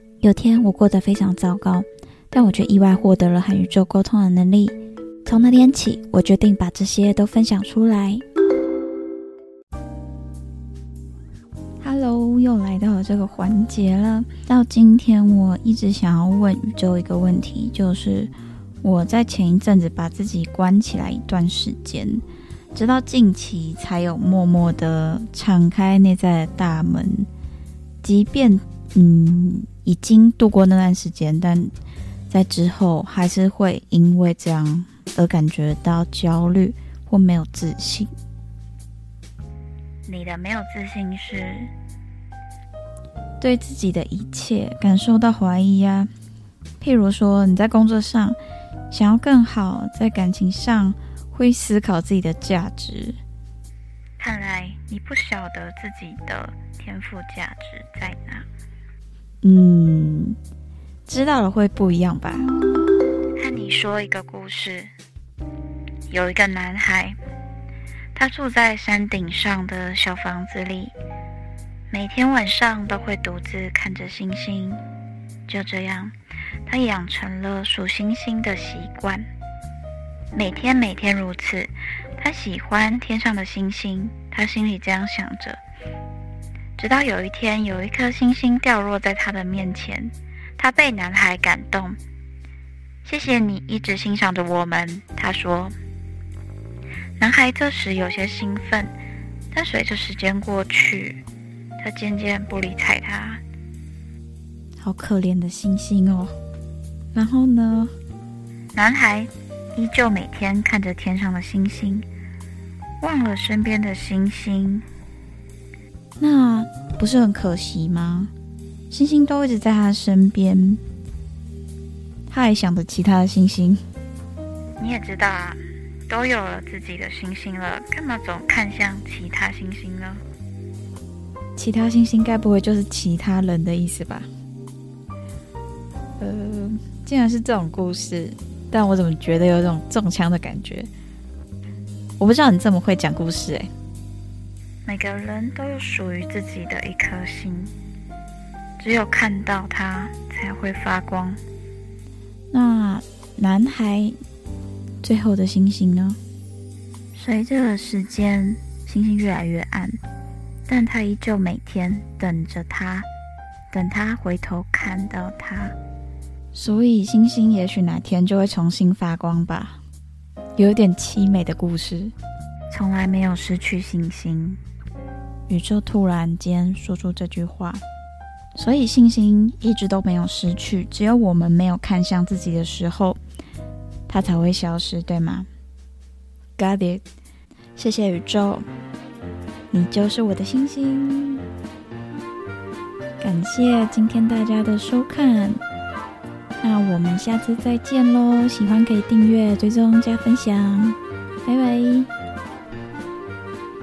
有天我过得非常糟糕，但我却意外获得了和宇宙沟通的能力。从那天起，我决定把这些都分享出来。Hello， 又来到了这个环节了。到今天，我一直想要问宇宙一个问题，就是我在前一阵子把自己关起来一段时间，直到近期才有默默的敞开内在的大门。即便已经度过那段时间，但在之后还是会因为这样而感觉到焦虑或没有自信。 你的没有自信是对自己的一切感受到怀疑啊，譬如说你在工作上想要更好，在感情上会思考自己的价值。 看来你不晓得自己的天赋价值在哪。 知道了会不一样吧。 和你说一个故事。有一个男孩，他住在山顶上的小房子里，每天晚上都会独自看着星星。就这样，他养成了数星星的习惯。每天如此，他喜欢天上的星星，他心里这样想着。直到有一天，有一颗星星掉落在他的面前，他被男孩感动。谢谢你一直欣赏着我们，他说。男孩这时有些兴奋，但随着时间过去，他渐渐不理睬他。 好可怜的星星哦。然后呢？ 男孩依旧每天看着天上的星星，忘了身边的星星。 那不是很可惜吗？星星都一直在他身边，他还想着其他的星星。 你也知道啊，都有了自己的星星了，干嘛总看向其他星星呢？ 其他星星该不会就是其他人的意思吧？竟然是这种故事，但我怎么觉得有种中枪的感觉？我不知道你这么会讲故事欸。 每个人都有属于自己的一颗星，只有看到它才会发光。 那男孩最后的星星呢？ 随着时间，星星越来越暗，但他依旧每天等着他，等他回头看到他。 所以星星也许哪天就会重新发光吧。有点凄美的故事。 从来没有失去信心。 宇宙突然间说出这句话，所以信心一直都没有失去，只有我们没有看向自己的时候，它才会消失，对吗？ Got it。 谢谢宇宙，你就是我的星星。感谢今天大家的收看，那我们下次再见咯。喜欢可以订阅、追踪、加分享，拜拜。